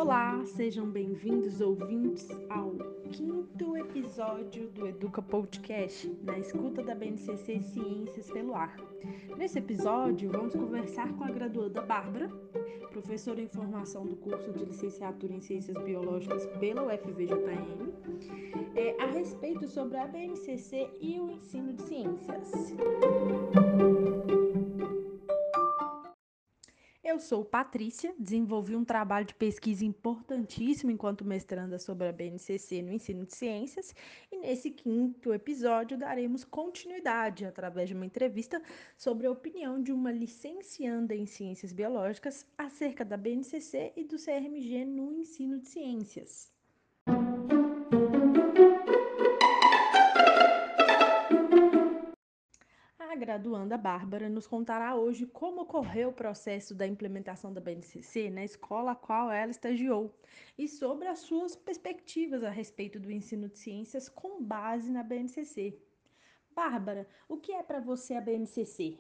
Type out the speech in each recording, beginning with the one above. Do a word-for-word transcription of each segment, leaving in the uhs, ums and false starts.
Olá, sejam bem-vindos, ouvintes, ao quinto episódio do Educa Podcast, na escuta da B N C C Ciências pelo Ar. Nesse episódio, vamos conversar com a graduanda Bárbara, professora em formação do curso de licenciatura em Ciências Biológicas pela U F V J M, é, a respeito sobre a B N C C e o ensino de ciências. Eu sou Patrícia, desenvolvi um trabalho de pesquisa importantíssimo enquanto mestranda sobre a B N C C no ensino de ciências e nesse quinto episódio daremos continuidade através de uma entrevista sobre a opinião de uma licencianda em ciências biológicas acerca da B N C C e do C R M G no ensino de ciências. A graduanda Bárbara nos contará hoje como ocorreu o processo da implementação da B N C C na escola a qual ela estagiou e sobre as suas perspectivas a respeito do ensino de ciências com base na B N C C. Bárbara, o que é para você a B N C C?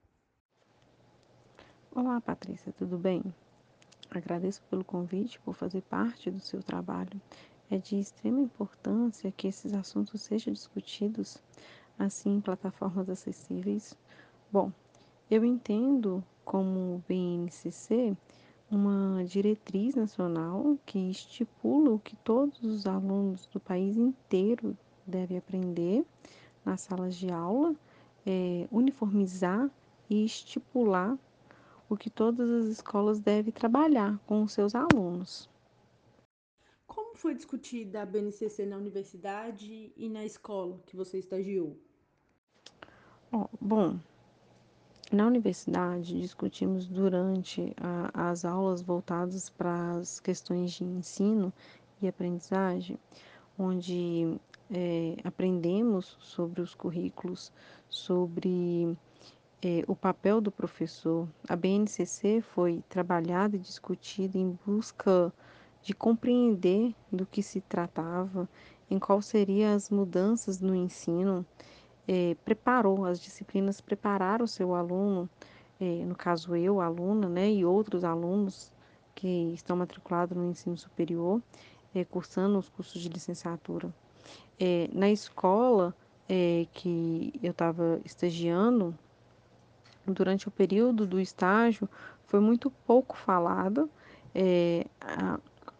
Olá, Patrícia, tudo bem? Agradeço pelo convite, por fazer parte do seu trabalho. É de extrema importância que esses assuntos sejam discutidos assim em plataformas acessíveis. Bom, eu entendo como B N C C uma diretriz nacional que estipula o que todos os alunos do país inteiro devem aprender nas salas de aula, é, uniformizar e estipular o que todas as escolas devem trabalhar com os seus alunos. Como foi discutida a B N C C na universidade e na escola que você estagiou? Oh, bom, na universidade discutimos durante a, as aulas voltadas para as questões de ensino e aprendizagem, onde é, aprendemos sobre os currículos, sobre é, o papel do professor. A B N C C foi trabalhada e discutida em busca de compreender do que se tratava, em qual seriam as mudanças no ensino, eh, preparou, as disciplinas prepararam o seu aluno, eh, no caso eu, aluna, né, e outros alunos que estão matriculados no ensino superior, eh, cursando os cursos de licenciatura. Eh, na escola eh, que eu estava estagiando, durante o período do estágio, foi muito pouco falado é, a,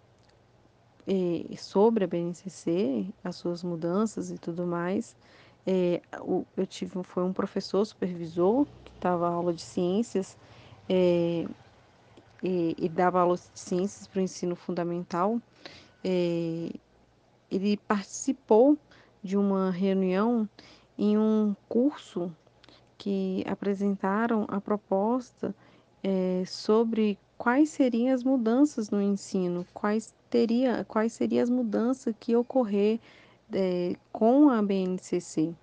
é, sobre a B N C C, as suas mudanças e tudo mais. É, o, eu tive foi um professor supervisor que dava aula de ciências é, e, e dava aula de ciências para o ensino fundamental. É, ele participou de uma reunião em um curso que apresentaram a proposta é, sobre quais seriam as mudanças no ensino, quais, teria, quais seriam as mudanças que ocorrer é, com a B N C C.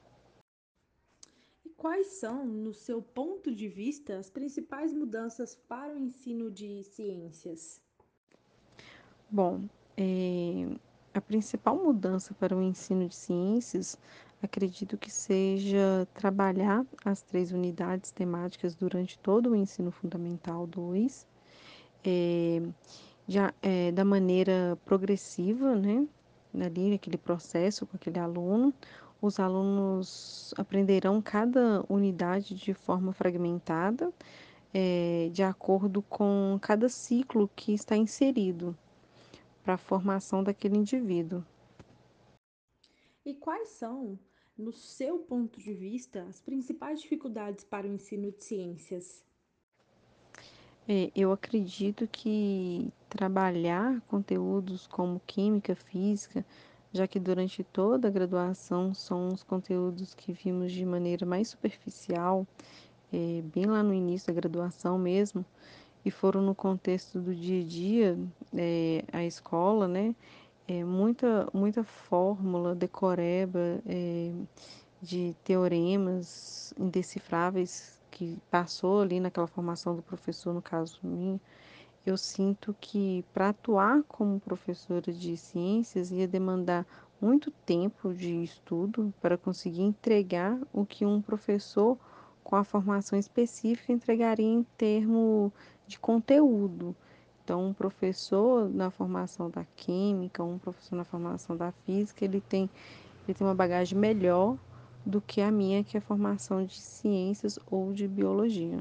E quais são, no seu ponto de vista, as principais mudanças para o ensino de ciências? Bom, é, a principal mudança para o ensino de ciências, acredito que seja trabalhar as três unidades temáticas durante todo o ensino fundamental dois, é, já, é, da maneira progressiva, né? Ali, naquele processo com aquele aluno, os alunos aprenderão cada unidade de forma fragmentada, é, de acordo com cada ciclo que está inserido para a formação daquele indivíduo. E quais são, no seu ponto de vista, as principais dificuldades para o ensino de ciências? É, eu acredito que trabalhar conteúdos como química, física, já que durante toda a graduação são os conteúdos que vimos de maneira mais superficial, é, bem lá no início da graduação mesmo, e foram no contexto do dia a dia, é, a escola, né? É, muita, muita fórmula, decoreba, é, de teoremas indecifráveis que passou ali naquela formação do professor, no caso mim, eu sinto que para atuar como professora de ciências ia demandar muito tempo de estudo para conseguir entregar o que um professor com a formação específica entregaria em termos de conteúdo. Então, um professor na formação da química, um professor na formação da física, ele tem, ele tem uma bagagem melhor do que a minha, que é a formação de ciências ou de biologia.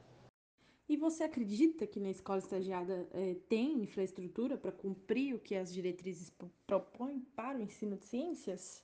E você acredita que na escola estagiada eh, tem infraestrutura para cumprir o que as diretrizes pro- propõem para o ensino de ciências?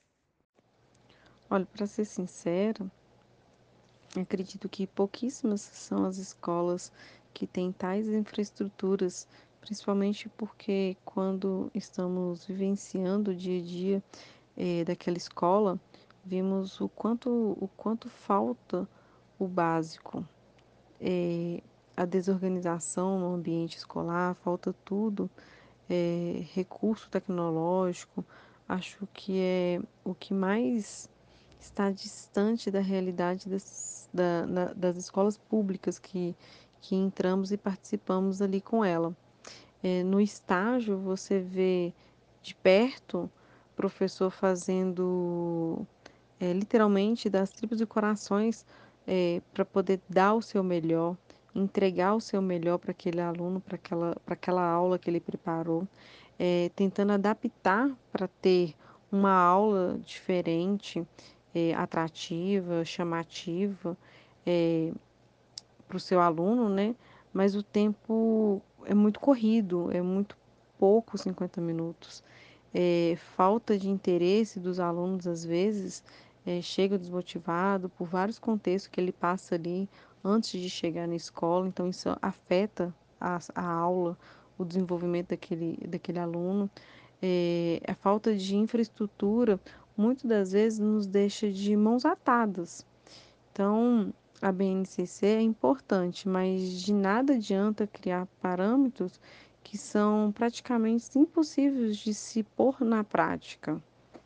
Olha, para ser sincera, acredito que pouquíssimas são as escolas que têm tais infraestruturas, principalmente porque quando estamos vivenciando o dia a dia eh, daquela escola, vimos o quanto, o quanto falta o básico. Eh, a desorganização no ambiente escolar, falta tudo, eh, recurso tecnológico, acho que é o que mais está distante da realidade das, da, na, das escolas públicas que, que entramos e participamos ali com ela. É, no estágio, você vê de perto professor fazendo é, literalmente das tripas e corações é, para poder dar o seu melhor, entregar o seu melhor para aquele aluno, para aquela, para aquela aula que ele preparou, é, tentando adaptar para ter uma aula diferente, é, atrativa, chamativa, é, para o seu aluno, né? Mas o tempo é muito corrido, é muito pouco cinquenta minutos. É, falta de interesse dos alunos, às vezes, é, chega desmotivado por vários contextos que ele passa ali antes de chegar na escola, então isso afeta a, a aula, o desenvolvimento daquele, daquele aluno. É, a falta de infraestrutura, muitas das vezes, nos deixa de mãos atadas. Então, a B N C C é importante, mas de nada adianta criar parâmetros que são praticamente impossíveis de se pôr na prática.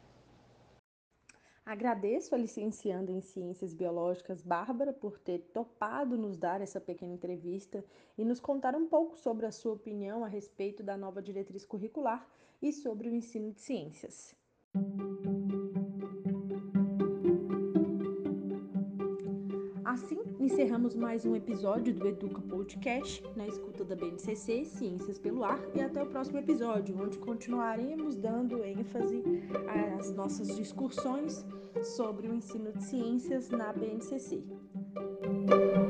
Agradeço a licencianda em Ciências Biológicas, Bárbara, por ter topado nos dar essa pequena entrevista e nos contar um pouco sobre a sua opinião a respeito da nova diretriz curricular e sobre o ensino de ciências. Assim, encerramos mais um episódio do Educa Podcast, na escuta da B N C C, Ciências pelo Ar, e até o próximo episódio, onde continuaremos dando ênfase às nossas discussões sobre o ensino de ciências na B N C C.